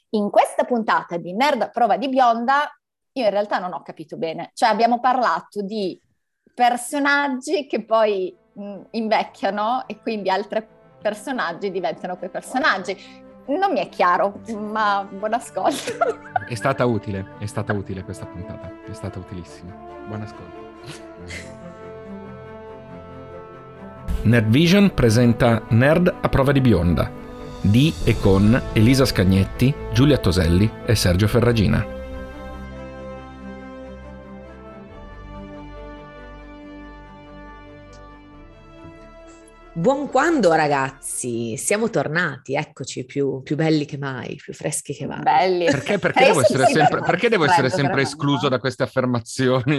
In questa puntata di Nerd a prova di bionda, io in realtà non ho capito bene. Cioè abbiamo parlato di personaggi che poi invecchiano e quindi altri personaggi diventano quei personaggi. Non mi è chiaro, ma buon ascolto. È stata utile questa puntata, è stata utilissima. Buon ascolto. Nerdvision presenta Nerd a prova di bionda, di e con Elisa Scagnetti, Giulia Toselli e Sergio Ferragina. Buon quando ragazzi, siamo tornati, eccoci più belli che mai, più freschi che mai. Belli. Perché devo essere sempre escluso da queste affermazioni?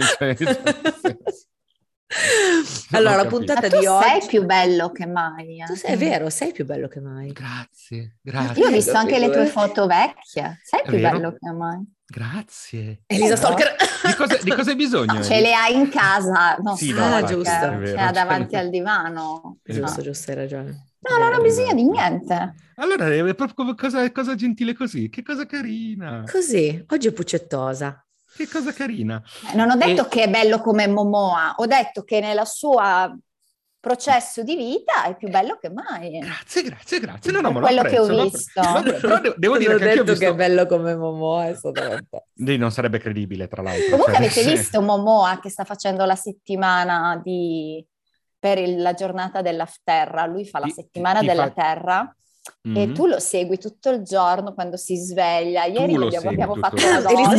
Allora, la puntata di oggi... sei più bello che mai. Tu sei vero, sei più bello che mai. Grazie. Io ho visto anche le tue foto vecchie, sei più vero? bello che mai. Grazie. Elisa Stalker. Di cosa hai bisogno? Ce le hai in casa, non sì, so, giusto. ce l'ha davanti al divano. Giusto, hai ragione. No, non ho bisogno di niente. Allora, è proprio cosa gentile così, che cosa carina. Così, oggi è puccettosa. Che cosa carina. Non ho detto che è bello come Momoa, ho detto che nella sua processo di vita è più bello che mai. Grazie. No, ma quello che ho visto. Però devo dire che ho visto... che è bello come Momoa, è stato un po'. Non sarebbe credibile, tra l'altro. Comunque avete visto Momoa che sta facendo la settimana per la giornata dell'Afterra, lui fa la settimana della Terra. E tu lo segui tutto il giorno quando si sveglia. Ieri abbiamo fatto una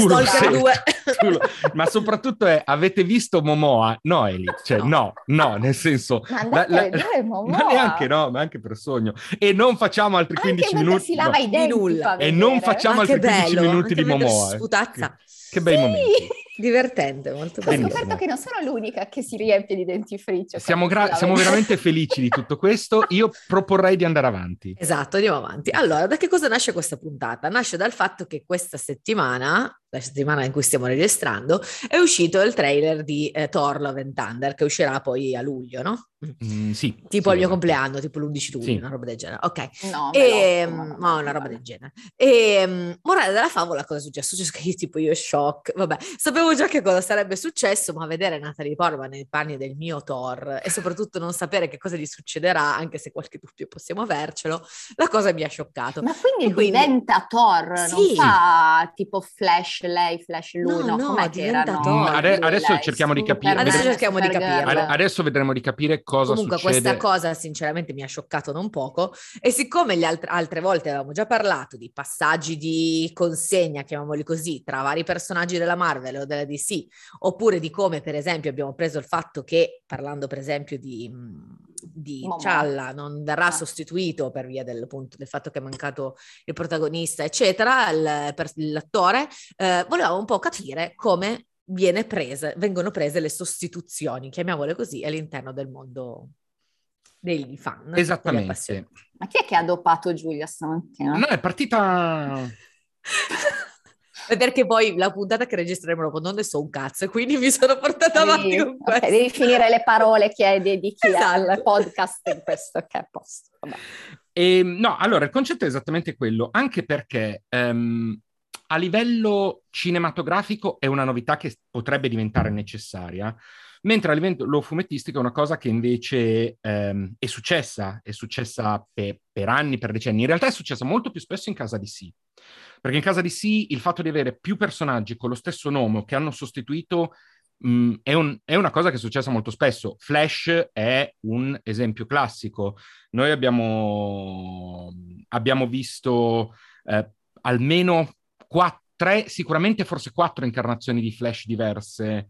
ma soprattutto avete visto Momoa? No, Eli, cioè no, nel senso ma andate a vedere Momoa. Ma neanche no, ma anche per sogno. E non facciamo altri 15 minuti si lava i denti, nulla. E non facciamo altri 15 minuti di Momoa. Sputazza. Che bei momenti. Divertente, molto bello. Ho scoperto che non sono l'unica che si riempie di dentifricio. Siamo veramente felici di tutto questo. Io proporrei di andare avanti. Esatto, andiamo avanti. Allora, da che cosa nasce questa puntata? Nasce dal fatto che questa settimana, la settimana in cui stiamo registrando, è uscito il trailer di Thor Love and Thunder, che uscirà poi a luglio, no? Sì. Tipo il mio compleanno, tipo l'11 luglio, sì. Una roba del genere. Ok. No, una roba del genere. E morale della favola, cosa è successo? Successo che io shock. Vabbè, sapevo già che cosa sarebbe successo, ma vedere Natalie Portman nei panni del mio Thor e soprattutto non sapere che cosa gli succederà, anche se qualche dubbio possiamo avercelo, la cosa mi ha scioccato. Ma quindi diventa Thor, sì. Non fa tipo Flash lei, Flash lui, no? No, diventa Thor. Adesso cerchiamo di capire. Adesso vedremo di capire cosa comunque succede. Questa cosa sinceramente mi ha scioccato non poco, e siccome le altre volte avevamo già parlato di passaggi di consegna, chiamiamoli così, tra vari personaggi della Marvel o della DC, oppure di come per esempio abbiamo preso il fatto che, parlando per esempio di Cialla, non verrà sostituito per via del fatto che è mancato il protagonista eccetera, l'attore, volevamo un po' capire come vengono prese le sostituzioni, chiamiamole così, all'interno del mondo dei fan. Esattamente. Ma chi è che ha dopato Giulia stamattina? No, è partita... Perché poi la puntata che registreremo dopo non ne so un cazzo, quindi mi sono portata avanti con questo. Devi finire le parole di chi ha il podcast in questo, che è a posto. No, allora il concetto è esattamente quello, anche perché a livello cinematografico è una novità che potrebbe diventare necessaria, mentre a livello fumettistico è una cosa che invece è successa per anni, per decenni. In realtà è successa molto più spesso in casa DC, perché in casa DC il fatto di avere più personaggi con lo stesso nome che hanno sostituito è una cosa che è successa molto spesso. Flash è un esempio classico. Noi abbiamo visto almeno 3, sicuramente forse 4 incarnazioni di Flash diverse,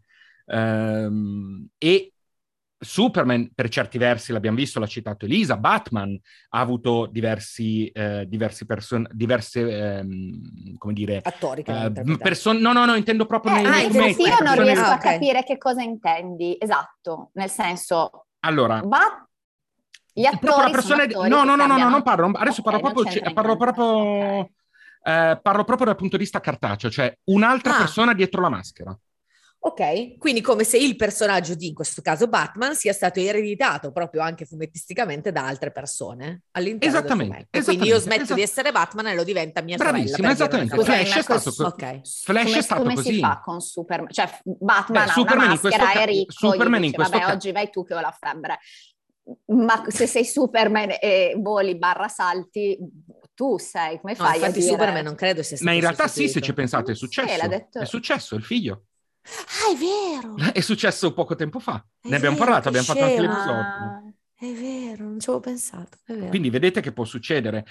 e Superman per certi versi l'abbiamo visto, l'ha citato Elisa. Batman ha avuto diverse come dire, attori che no, intendo proprio nei fumetti. Io non riesco a capire che cosa intendi, esatto, nel senso, allora gli attori sono attori non parlo adesso, parlo proprio dal punto di vista cartaceo, cioè un'altra persona dietro la maschera. Ok, quindi come se il personaggio di, in questo caso Batman, sia stato ereditato proprio anche fumettisticamente da altre persone all'interno del Esattamente, fumetto. Quindi io esattamente, smetto di essere Batman e lo diventa mia sorella, bravissima, per dire una esattamente. cosa. Scusami, Flash ma è stato, Ok. Flash è stato come si così. fa con Superman? Cioè, Beh, Batman ha una Superman in questo maschera, è ricco, Superman gli in dice, questo vabbè, oggi vai tu che ho la febbre. Ma se sei Superman e voli barra salti, tu sei, come No, fai a infatti dire? Superman non credo sia Ma in stato realtà sì, se ci sostituito. pensate, è Sì, l'ha successo. detto. È successo, il figlio. Ah, è vero! È successo poco tempo fa. È Ne abbiamo vero, parlato, che abbiamo fatto anche scema! l'episodio. È vero, non ci avevo pensato, è vero. Quindi vedete che può succedere.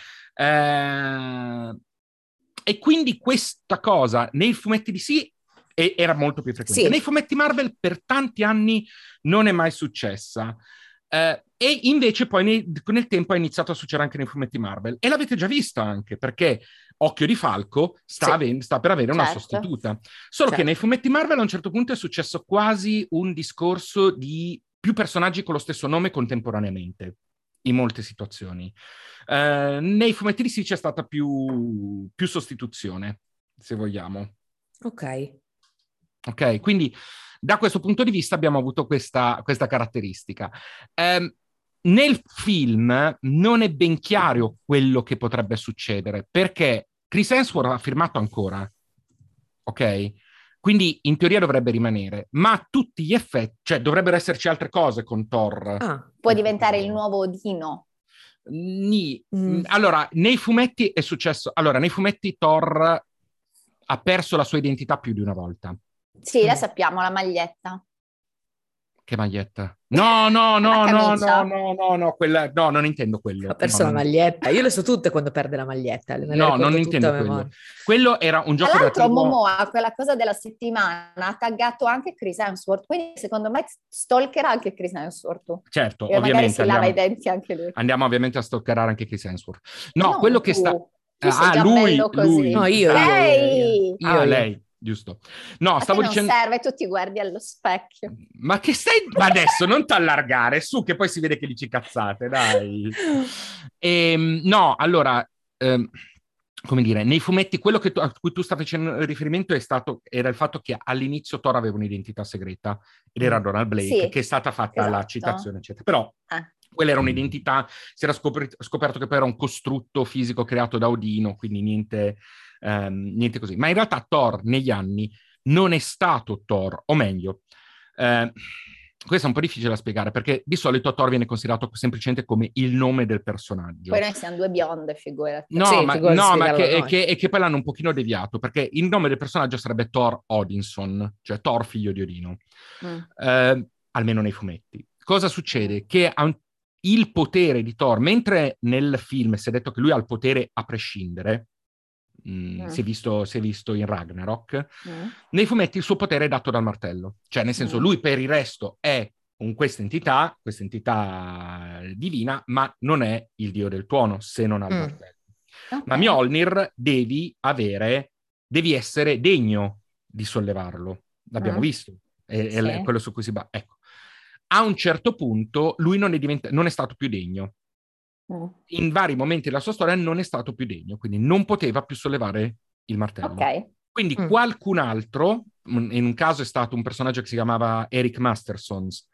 E quindi questa cosa nei fumetti DC era molto più frequente. Sì. Nei fumetti Marvel per tanti anni non è mai successa. E invece poi nel tempo è iniziato a succedere anche nei fumetti Marvel. E l'avete già vista anche, perché Occhio di Falco sta per avere una Certo. sostituta. Solo che Certo. nei fumetti Marvel a un certo punto è successo quasi un discorso di più personaggi con lo stesso nome contemporaneamente, in molte situazioni. Nei fumetti DC c'è stata più sostituzione, se vogliamo. Ok, quindi da questo punto di vista abbiamo avuto questa caratteristica. Nel film non è ben chiaro quello che potrebbe succedere, perché Chris Hemsworth ha firmato ancora, ok? Quindi in teoria dovrebbe rimanere, ma a tutti gli effetti, cioè dovrebbero esserci altre cose con Thor. Può diventare il nuovo Odino. Allora, nei fumetti è successo. Allora, nei fumetti Thor ha perso la sua identità più di una volta. Sì, la sappiamo, la maglietta. Che maglietta? No, quella, no, non intendo quello. Ha perso la maglietta. Io le so tutte quando perde la maglietta. Me le non intendo quello. Quello era un gioco Tra l'altro relativo... Momoa, quella cosa della settimana, ha taggato anche Chris Hemsworth, quindi secondo me stalkerà anche Chris Hemsworth. Certo, e ovviamente. Magari si lava i denti anche lui. Andiamo ovviamente a stalkerare anche Chris Hemsworth. No, non quello tu. che sta... Tu sei già bello così. No, io. Lei! Lei, giusto. No, stavo dicendo... non serve, tu ti guardi allo specchio. Ma che stai... Ma adesso non t'allargare, su che poi si vede che dici cazzate, dai. No, allora... come dire, nei fumetti quello a cui tu stavi facendo riferimento era il fatto che all'inizio Thor aveva un'identità segreta ed era Donald Blake, che è stata fatta la citazione, eccetera. Però quella era un'identità, si era scoperto che poi era un costrutto fisico creato da Odino, quindi niente così. Ma in realtà Thor negli anni non è stato Thor, o meglio, questo è un po' difficile da spiegare, perché di solito Thor viene considerato semplicemente come il nome del personaggio. Poi noi siamo due bionde, figurati. Che poi l'hanno un pochino deviato, perché il nome del personaggio sarebbe Thor Odinson, cioè Thor figlio di Odino, almeno nei fumetti. Cosa succede? Che il potere di Thor, mentre nel film si è detto che lui ha il potere a prescindere, si è visto in Ragnarok, nei fumetti il suo potere è dato dal martello, cioè nel senso lui per il resto è questa entità divina, ma non è il dio del tuono se non ha il martello. Ma Mjolnir devi essere degno di sollevarlo, l'abbiamo visto, è quello su cui si basa. Ecco, a un certo punto lui non è stato più degno. In vari momenti della sua storia non è stato più degno, quindi non poteva più sollevare il martello. Quindi qualcun altro, in un caso è stato un personaggio che si chiamava Eric Mastersons,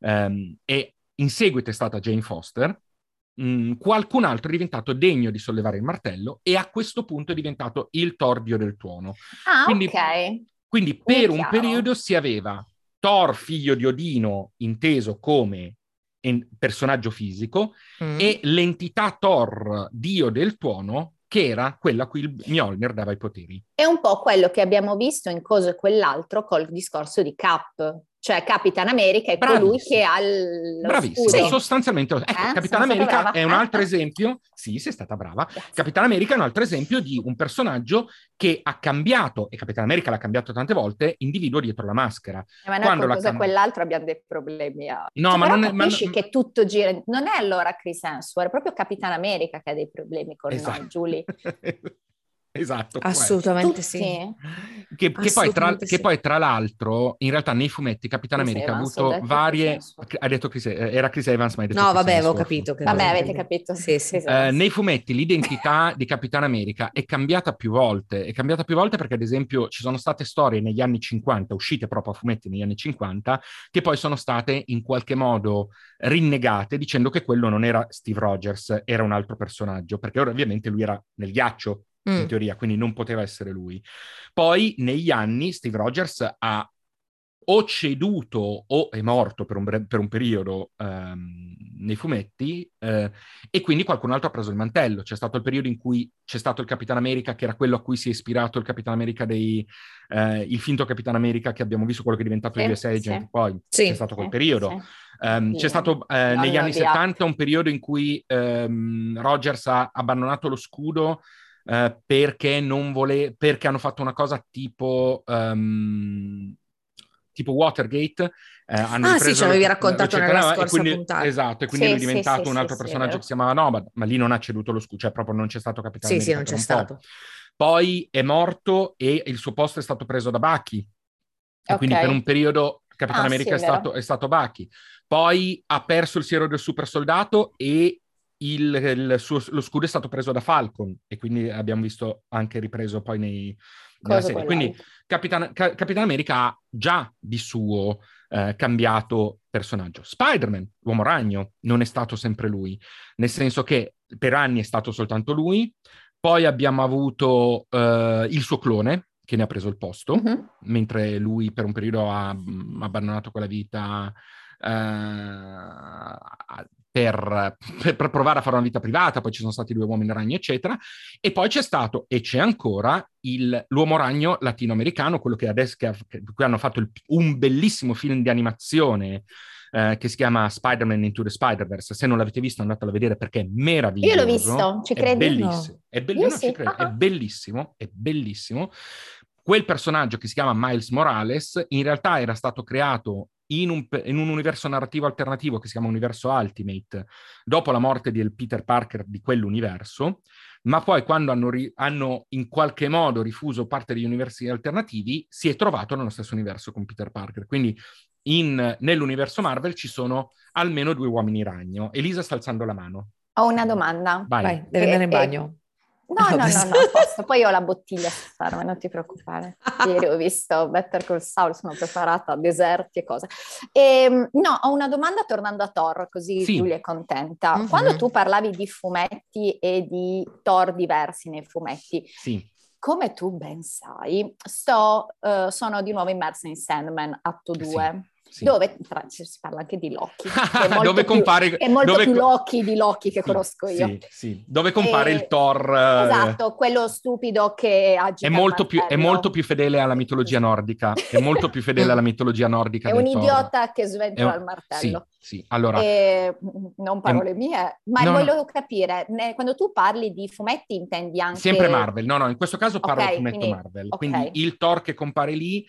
e in seguito è stata Jane Foster, qualcun altro è diventato degno di sollevare il martello e a questo punto è diventato il Thor dio del tuono. Quindi per un periodo si aveva Thor figlio di Odino inteso come personaggio fisico e l'entità Thor, dio del tuono, che era quella a cui il Mjolnir dava i poteri. È un po' quello che abbiamo visto in Coso e quell'altro col discorso di Cap, cioè Capitan America è colui che ha lo scudo. Sostanzialmente. Capitan America è un altro esempio, sì, sei stata brava. Grazie. Capitan America è un altro esempio di un personaggio che ha cambiato, e Capitan America l'ha cambiato tante volte, individuo dietro la maschera. Ma noi con Coso e quell'altro abbiamo dei problemi. No, ma non capisci che tutto gira... Non è allora Chris Hemsworth, è proprio Capitan America che ha dei problemi con noi, Giulie. Esatto. Assolutamente sì. Assolutamente che sì. poi tra l'altro, in realtà nei fumetti Capitan Chris America ha Evans, ho avuto detto, varie... Chris Hemsworth. Ha detto era Chris Evans, ma hai detto No, Chris vabbè, avevo Hemsworth. capito che Vabbè, volevi avete dire. capito. Sì, sì. Chris Evans. Nei fumetti l'identità di Capitan America è cambiata più volte. È cambiata più volte perché, ad esempio, ci sono state storie negli anni 50, uscite proprio a fumetti negli anni 50, che poi sono state in qualche modo rinnegate dicendo che quello non era Steve Rogers, era un altro personaggio, perché ora ovviamente lui era nel ghiaccio, in teoria, quindi non poteva essere lui. Poi negli anni Steve Rogers ha o ceduto o è morto per un periodo nei fumetti e quindi qualcun altro ha preso il mantello. C'è stato il periodo in cui c'è stato il Capitan America, che era quello a cui si è ispirato il Capitan America il finto Capitan America che abbiamo visto, quello che è diventato Sì, US Agent, sì, poi c'è Sì. stato quel sì, periodo. sì. C'è stato Non negli l'ho anni odiato. 70 un periodo in cui Rogers ha abbandonato lo scudo perché hanno fatto una cosa tipo Watergate, hanno Ah, sì, ci ripreso avevi lo raccontato nella cercano e scorsa quindi, puntata. esatto, e quindi lui Sì, è sì, sì, diventato un sì, altro sì, è personaggio che vero. si chiamava Nomad, ma lì non ha ceduto lo scudo, cioè proprio non c'è stato Capitan Sì, sì, America non per c'è un po'. stato. Poi è morto e il suo posto è stato preso da Bucky, e Ok. quindi per un periodo Capitan Ah, sì, America è vero. è stato Bucky. Poi ha perso il siero del super soldato e lo scudo è stato preso da Falcon, e quindi abbiamo visto anche ripreso poi nella Cosa serie. Quindi quell'altro? Capitan America ha già di suo cambiato personaggio. Spider-Man, l'uomo ragno, non è stato sempre lui, nel senso che per anni è stato soltanto lui, poi abbiamo avuto il suo clone, che ne ha preso il posto, Mhm. mentre lui per un periodo ha abbandonato quella vita per provare a fare una vita privata, poi ci sono stati due uomini ragno, eccetera, e poi c'è stato, e c'è ancora, l'uomo ragno latinoamericano, quello che adesso qui hanno fatto un bellissimo film di animazione che si chiama Spider-Man Into the Spider-Verse. Se non l'avete visto, andatelo a vedere perché è Io l'ho meraviglioso, visto, ci è credi? bellissimo, No. Io no, ci sì. credo, Ah, è ah. bellissimo, è bellissimo. Quel personaggio che si chiama Miles Morales in realtà era stato creato in un universo narrativo alternativo che si chiama Universo Ultimate, dopo la morte di Peter Parker di quell'universo, ma poi quando hanno in qualche modo rifuso parte degli universi alternativi, si è trovato nello stesso universo con Peter Parker. Quindi nell'universo Marvel ci sono almeno due uomini ragno. Elisa sta alzando la mano. Ho una domanda. Vai. Vai, devi andare in bagno. No, no, no, no, a Basta. posto. Poi ho la bottiglia a sparme, non ti preoccupare. Ieri ho visto Better Call Saul, sono preparata a deserti e cose. No, ho una domanda tornando a Thor, così Sì. Giulia è contenta. Mhm. Quando tu parlavi di fumetti e di Thor diversi nei fumetti, Sì. come tu ben sai, sono di nuovo immersa in Sandman, atto 2. Sì. Dove si parla anche di Loki, che è molto, dove più, compare, è molto dove più co- Loki di Loki che sì, conosco io. sì, sì. Dove compare il Thor Esatto, quello stupido che agita il è molto martello. più fedele alla mitologia nordica, è molto più fedele alla mitologia nordica È un del Thor. idiota che sventola il Sì, martello. sì. Allora, Non è- parole mie, ma no, no, voglio capire, quando tu parli di fumetti intendi sempre anche... Marvel. No, no, in questo caso parlo Ok, fumetto quindi... Marvel. Quindi Ok. il Thor che compare lì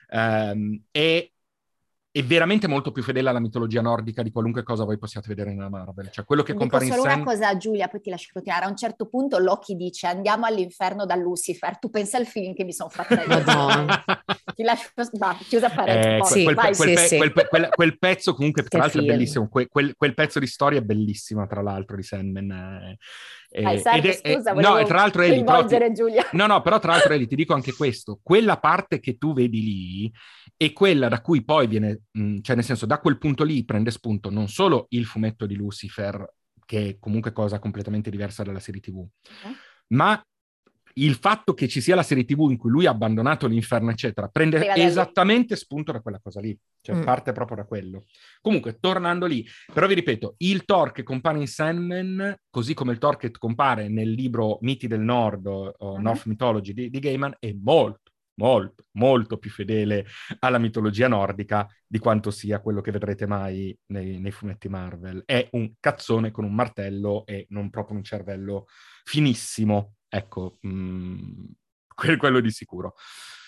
è veramente molto più fedele alla mitologia nordica di qualunque cosa voi possiate vedere nella Marvel. Cioè, quello che Dico compare in solo una Sand... cosa a Giulia, poi ti lascio continuare. A un certo punto Loki dice andiamo all'inferno da Lucifer. Tu pensa al film che mi sono fatta io. Madonna. Ti lascio, va, chiusa parete, Sì, vai. sì. Quel pezzo comunque, tra Che l'altro, è film. bellissimo. Quel pezzo di storia è bellissimo, tra l'altro, di Sandman. Vai, Sergio, scusa, No, e volevo tra l'altro, Eli, coinvolgere Giulia. no, no, però tra l'altro, Eli, ti dico anche questo. Quella parte che tu vedi lì è quella da cui poi viene, cioè nel senso, da quel punto lì prende spunto non solo il fumetto di Lucifer, che è comunque cosa completamente diversa dalla serie TV, ma il fatto che ci sia la serie TV in cui lui ha abbandonato l'inferno, eccetera, prende Arriva da lì. esattamente spunto da quella cosa lì, cioè parte proprio da quello. Comunque, tornando lì, però vi ripeto, il Thor che compare in Sandman, così come il Thor che compare nel libro Miti del Nord o North Mythology di Gaiman, è molto, molto, molto più fedele alla mitologia nordica di quanto sia quello che vedrete mai nei fumetti Marvel. È un cazzone con un martello e non proprio un cervello finissimo. Ecco, quello di sicuro.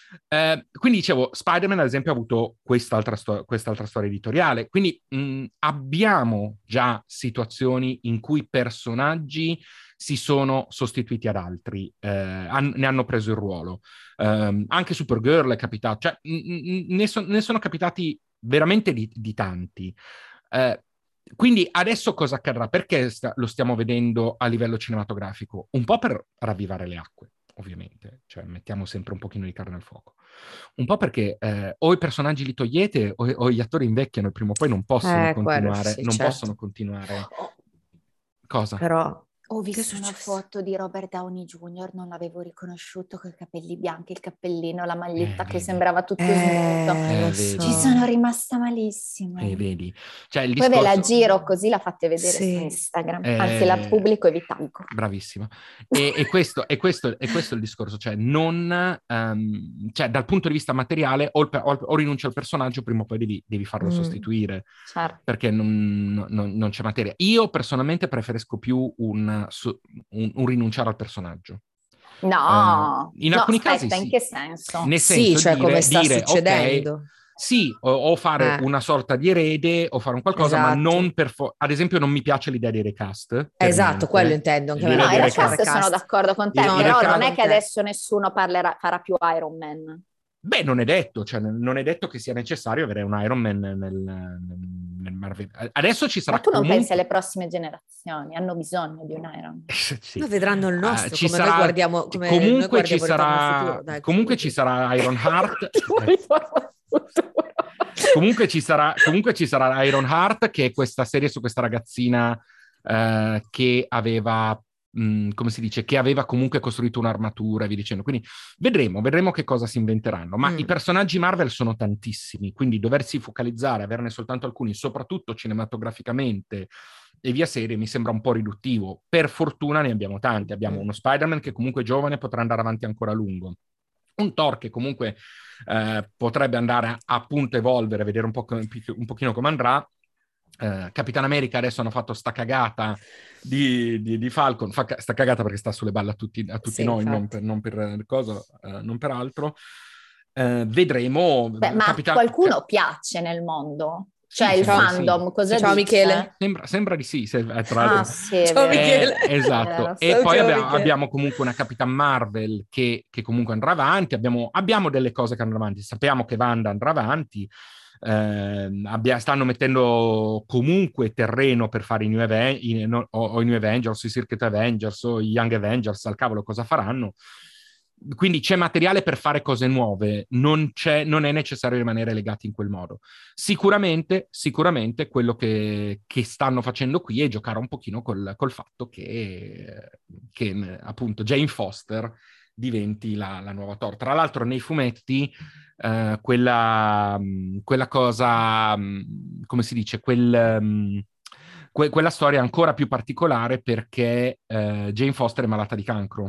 Quindi dicevo, Spider-Man ad esempio ha avuto quest'altra storia editoriale, quindi abbiamo già situazioni in cui personaggi si sono sostituiti ad altri, ne hanno preso il ruolo. Anche Supergirl è capitato, cioè ne sono capitati veramente di tanti. Quindi adesso cosa accadrà? Perché lo stiamo vedendo a livello cinematografico? Un po' per ravvivare le acque, ovviamente, cioè mettiamo sempre un pochino di carne al fuoco. Un po' perché o i personaggi li togliete o gli attori invecchiano e prima o poi non possono continuare. Sì, Non certo. possono continuare. Cosa? Però Ho che è visto una successo? foto di Robert Downey Jr., non l'avevo riconosciuto, con i capelli bianchi, il cappellino, la maglietta che Vedi. sembrava tutto smunto. Lo vedi. Ci so. sono rimasta malissimo. Vedi. Cioè, il Poi ve la discorso... giro così, la fate vedere su Sì. Instagram. Anzi, la pubblico e vi taggo. Bravissima. E questo è il discorso, cioè non... cioè, dal punto di vista materiale, o rinunci al personaggio, prima o poi devi farlo sostituire, Certo. perché non c'è materia. Io personalmente preferisco più un rinunciare al personaggio. No, in alcuni aspetta, casi sì. in che senso? Nel Sì, senso cioè come sta dire, succedendo. ok, sì, o fare una sorta di erede o fare un qualcosa, ma Esatto. non ad esempio non mi piace l'idea di recast. Esatto, quello intendo. Anche No, in recast realtà sono d'accordo con te, però non è che adesso nessuno farà più Iron Man. Beh, non è detto, cioè non è detto che sia necessario avere un Iron Man nel Marvel. Adesso ci sarà. Ma tu non pensi alle prossime generazioni, hanno bisogno di un Iron Man. Sì. Ma vedranno il nostro, ci come sarà, noi guardiamo, come comunque noi ci guardiamo sarà, Ritorno al futuro. Dai, comunque ci sarà Iron Heart. Comunque ci sarà Iron Heart, che è questa serie su questa ragazzina che aveva, come si dice, che aveva comunque costruito un'armatura e via dicendo. Quindi vedremo che cosa si inventeranno. Ma i personaggi Marvel sono tantissimi, quindi doversi focalizzare, averne soltanto alcuni, soprattutto cinematograficamente e via serie, mi sembra un po' riduttivo. Per fortuna ne abbiamo tanti. Abbiamo uno Spider-Man che comunque è giovane, potrà andare avanti ancora a lungo. Un Thor che comunque potrebbe andare a appunto evolvere, vedere un pochino come andrà. Capitan America adesso hanno fatto sta cagata di Falcon, sta cagata perché sta sulle balle a tutti sì, noi, non per cosa, non per altro. Vedremo. Beh, ma qualcuno piace nel mondo? Cioè il fandom, cosa ciao dice? Michele. Sembra di sì. Sì, ciao Michele. Esatto. E poi abbiamo comunque una Capitan Marvel che comunque andrà avanti, abbiamo delle cose che andranno avanti, sappiamo che Wanda andrà avanti, stanno mettendo comunque terreno per fare i New Avengers, i Secret Avengers o i Young Avengers, al cavolo cosa faranno. Quindi c'è materiale per fare cose nuove, non è necessario rimanere legati in quel modo. Sicuramente quello che stanno facendo qui è giocare un pochino col fatto che appunto Jane Foster diventi la nuova Thor. Tra l'altro nei fumetti quella cosa, come si dice, quella storia è ancora più particolare perché Jane Foster è malata di cancro.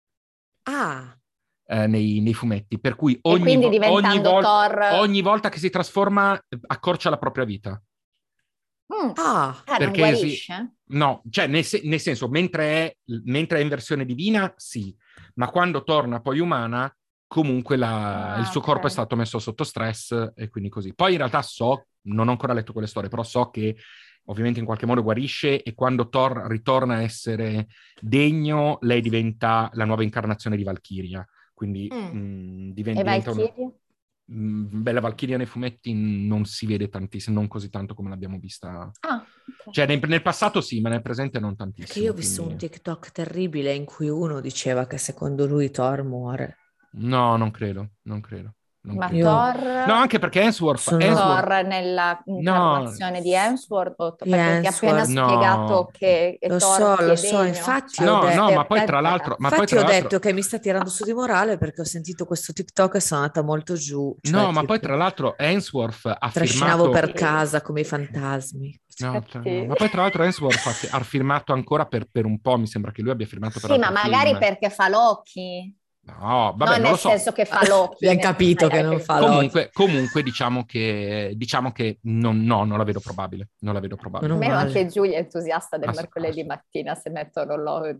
Nei fumetti, per cui ogni volta che si trasforma accorcia la propria vita. Non guarisce? No, cioè nel senso, mentre è in versione divina, sì, ma quando torna poi umana, comunque il suo corpo è stato messo sotto stress e quindi così. Poi in realtà non ho ancora letto quelle storie, però so che ovviamente in qualche modo guarisce e quando Thor ritorna a essere degno, lei diventa la nuova incarnazione di Valkyria. Quindi diventa Valkyria? Bella Valkyria nei fumetti non si vede tantissimo, non così tanto come l'abbiamo vista. Okay. Cioè nel passato sì, ma nel presente non tantissimo. Perché io ho visto un TikTok terribile in cui uno diceva che secondo lui Thor muore. No, non credo. Ma Thor... No, anche perché Hemsworth... Thor nella incarnazione di Hemsworth? Perché ti ha appena spiegato che lo Thor so, infatti ma poi tra l'altro... ho detto che mi sta tirando su di morale perché ho sentito questo TikTok e sono andata molto giù. Cioè, no, ma poi tra l'altro Hemsworth ha trascinavo firmato... per casa come i fantasmi. No, ma poi tra l'altro Hemsworth ha firmato ancora per un po', mi sembra che lui abbia firmato per ma magari perché fa Loki. No, vabbè, non nel senso che fa Loki. Abbiamo capito che non fa Loki. Comunque diciamo che non la vedo probabile. Non la vedo probabile. Almeno anche Giulia è entusiasta del mercoledì mattina se mettono Loki.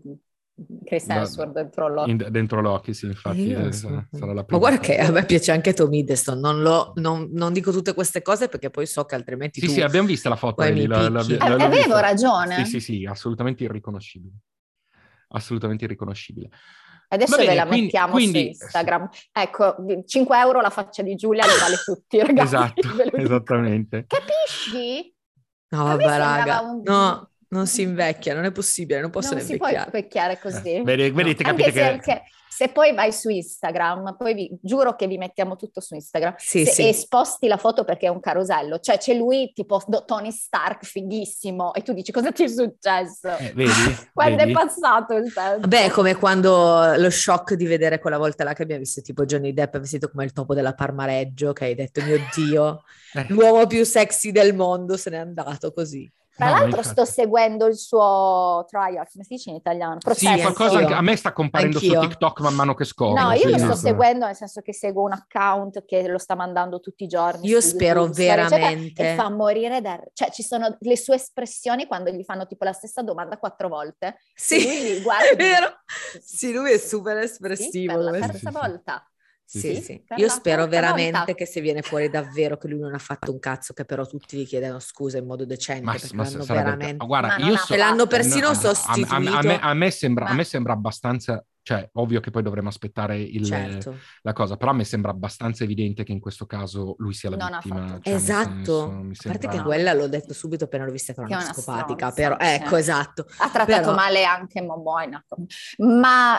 Chris Hemsworth dentro Loki, sì, infatti sarà la prima. Ma guarda che a me piace anche Tom Hiddleston, non dico tutte queste cose perché poi so che altrimenti sì, tu... Sì, abbiamo visto la foto. Avevo ragione. Sì, assolutamente irriconoscibile. Assolutamente irriconoscibile. Adesso ve la mettiamo su Instagram. Ecco, 5 euro la faccia di Giulia li vale tutti, ragazzi. Esatto, esattamente. Capisci? No, vabbè, raga, no, non si invecchia, non è possibile, non possono invecchiare. Non si può invecchiare così. Vedete, Anche capite che se poi vai su Instagram, poi giuro che vi mettiamo tutto su Instagram, sì. e sposti la foto perché è un carosello, cioè c'è lui tipo Tony Stark fighissimo e tu dici cosa ti è successo? Vedi? Quando è passato il tempo? Vabbè, come quando lo shock di vedere quella volta là che abbiamo visto tipo Johnny Depp vestito come il topo della Parmareggio, che hai detto mio Dio, l'uomo più sexy del mondo se n'è andato così. Tra l'altro sto seguendo il suo trial, come si dice in italiano? Processo. Sì, qualcosa anche, a me sta comparendo su TikTok man mano che scopro. No, io lo sto seguendo nel senso che seguo un account che lo sta mandando tutti i giorni. Io spero YouTube, veramente. E fa morire cioè ci sono le sue espressioni quando gli fanno tipo la stessa domanda 4 volte. Sì, lui guarda è vero. Sì, lui è super espressivo. Sì, per la terza volta. Sì. Io spero veramente che se viene fuori davvero che lui non ha fatto un cazzo, che però tutti gli chiedono scusa in modo decente, perché l'hanno veramente... Guarda, l'hanno persino sostituito. A me sembra abbastanza... Cioè, ovvio che poi dovremo aspettare la cosa, però a me sembra abbastanza evidente che in questo caso lui sia la vittima. Cioè, esatto, mi a parte che quella l'ho detto subito appena l'ho vista che era una psicopatica, però ecco, esatto. Ha trattato male anche Momoina. Ma...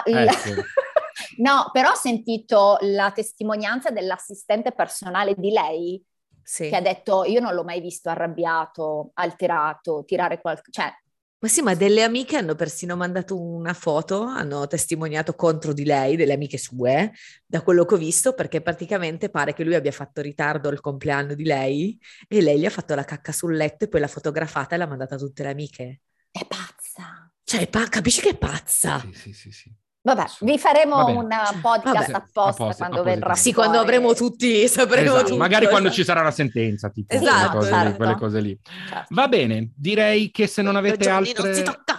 No, però ho sentito la testimonianza dell'assistente personale di lei, che ha detto io non l'ho mai visto arrabbiato, alterato, tirare qualcosa, cioè... Ma sì, ma delle amiche hanno persino mandato una foto, hanno testimoniato contro di lei, delle amiche sue, da quello che ho visto, perché praticamente pare che lui abbia fatto ritardo al compleanno di lei e lei gli ha fatto la cacca sul letto e poi l'ha fotografata e l'ha mandata a tutte le amiche. È pazza! Cioè, capisci che è pazza? Sì. Vabbè, vi faremo un podcast apposta quando verrà. Sì, quando avremo tutti, sapremo tutto. Magari quando ci sarà la sentenza, tipo quelle cose lì. Certo. Va bene, direi che se non avete altre... Non si tocca!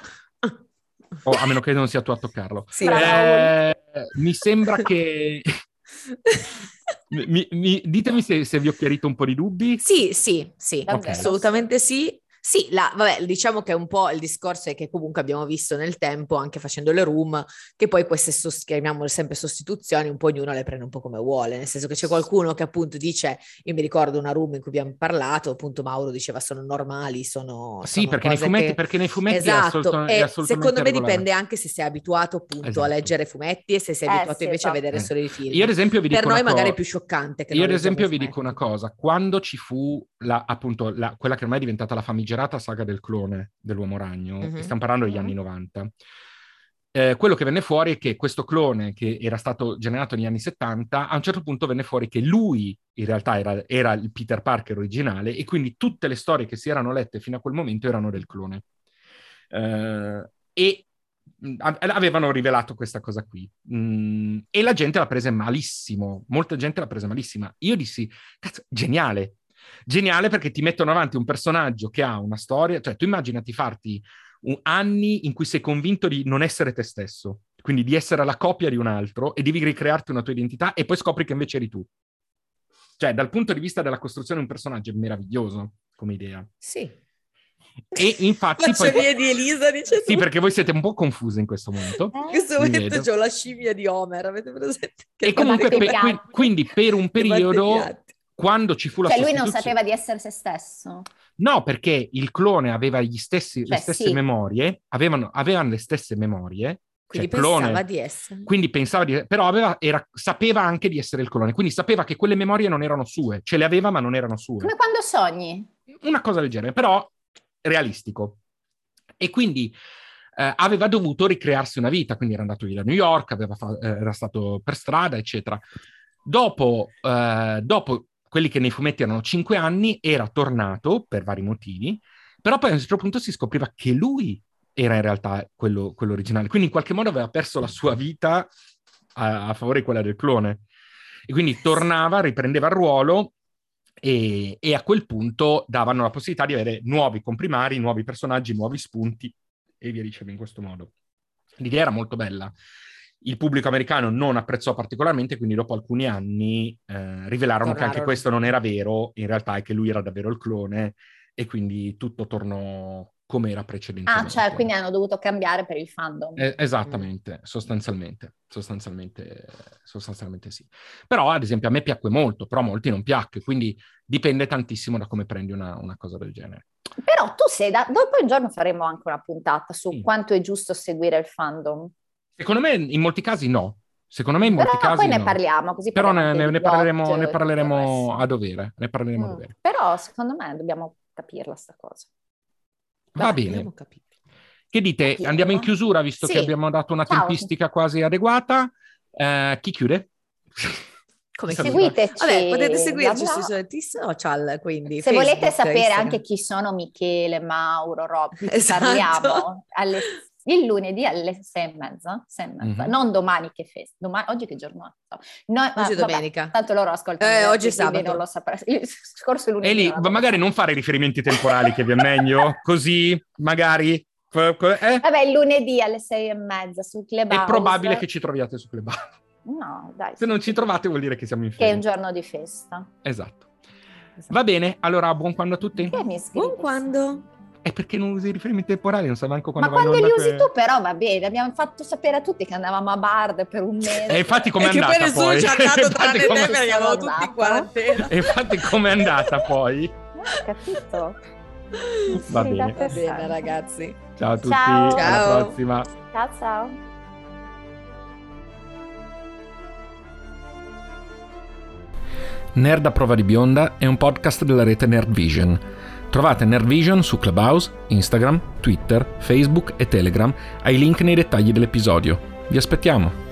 A meno che non sia tu a toccarlo. Sì, mi sembra che... ditemi se vi ho chiarito un po' di dubbi. Sì, okay. Assolutamente sì. Sì, vabbè, diciamo che un po' il discorso è che comunque abbiamo visto nel tempo, anche facendo le room, che poi queste chiamiamole sempre sostituzioni, un po' ognuno le prende un po' come vuole, nel senso che c'è qualcuno che appunto dice, io mi ricordo una room in cui abbiamo parlato, appunto Mauro diceva sono normali, sono perché nei fumetti, esatto, è assolutamente secondo me regolare. dipende anche se sei abituato appunto a leggere fumetti e se sei abituato invece a vedere solo i film. Io ad esempio vi dico per noi magari è più scioccante che io ad esempio vi dico una cosa, quando ci fu quella che ormai è diventata la famigerata saga del clone dell'Uomo Ragno, e stiamo parlando degli anni 90, quello che venne fuori è che questo clone che era stato generato negli anni 70, a un certo punto venne fuori che lui in realtà era il Peter Parker originale e quindi tutte le storie che si erano lette fino a quel momento erano del clone. E avevano rivelato questa cosa qui. E la gente l'ha presa malissimo, molta gente l'ha presa malissima. Io dissi, cazzo, geniale perché ti mettono avanti un personaggio che ha una storia, cioè tu immaginati farti anni in cui sei convinto di non essere te stesso, quindi di essere la copia di un altro e devi ricrearti una tua identità e poi scopri che invece eri tu. Cioè dal punto di vista della costruzione di un personaggio è meraviglioso come idea. Sì. E infatti poi di Elisa dice sì, perché voi siete un po' confuse in questo momento. In questo momento c'ho la scimmia di Homer, avete presente? E comunque quindi per un periodo quando ci fu la sostituzione... lui non sapeva di essere se stesso? No, perché il clone aveva le stesse memorie, avevano le stesse memorie, quindi pensava di essere. Quindi pensava di... però sapeva anche di essere il clone, quindi sapeva che quelle memorie non erano sue, ce le aveva ma non erano sue. Come quando sogni? Una cosa del genere, però realistico. E quindi aveva dovuto ricrearsi una vita, quindi era andato via da New York, era stato per strada, eccetera. Dopo quelli che nei fumetti erano 5 anni, era tornato per vari motivi, però poi a un certo punto si scopriva che lui era in realtà quello originale, quindi in qualche modo aveva perso la sua vita a favore di quella del clone, e quindi tornava, riprendeva il ruolo, e a quel punto davano la possibilità di avere nuovi comprimari, nuovi personaggi, nuovi spunti, e via dicendo in questo modo. L'idea era molto bella. Il pubblico americano non apprezzò particolarmente, quindi dopo alcuni anni rivelarono che anche questo non era vero, in realtà è che lui era davvero il clone e quindi tutto tornò come era precedentemente. Cioè quindi hanno dovuto cambiare per il fandom. Esattamente, sostanzialmente sì. Però ad esempio a me piacque molto, però a molti non piacque, quindi dipende tantissimo da come prendi una cosa del genere. Però tu sei dopo un giorno faremo anche una puntata su quanto è giusto seguire il fandom. Secondo me in molti casi no. Secondo me in molti casi poi ne no. parliamo, così però ne parleremo a dovere. Però secondo me dobbiamo capirla sta cosa. Va bene. Che dite? Andiamo in chiusura, visto che abbiamo dato una tempistica quasi adeguata. Chi chiude? Come seguiteci? Vabbè, potete seguirci sui soliti social, quindi se Facebook, volete sapere Instagram. Anche chi sono Michele, Mauro, Robby, esatto. Parliamo il lunedì alle 6:30. Non domani che festa. Oggi che giorno è? Oggi è domenica. Tanto loro ascoltano. Oggi è sabato. Non lo saprà. Scorso lunedì. E lì, magari non fare riferimenti temporali che vi è meglio, così magari... Vabbè, il lunedì alle 6:30 su Clubhouse. È probabile che ci troviate su Clubhouse. No, dai. Se non ci trovate vuol dire che siamo in ferie. Che è un giorno di festa. Esatto. Va bene, allora buon quando a tutti. Che mi scrivi? Buon quando? È perché non usi riferimenti temporali, non so manco quando Ma quando li usi tu però va bene, abbiamo fatto sapere a tutti che andavamo a Bard per un mese. E infatti com'è andata poi? E che poi nessuno ci è andato tranne te perché eravamo tutti in quarantena. E infatti com'è andata poi? Non ho capito. Va bene. Va bene ragazzi. Ciao a tutti, Ciao. alla prossima. Ciao. Nerd a prova di bionda è un podcast della rete Nerd Vision. Trovate Nerd Vision su Clubhouse, Instagram, Twitter, Facebook e Telegram ai link nei dettagli dell'episodio. Vi aspettiamo!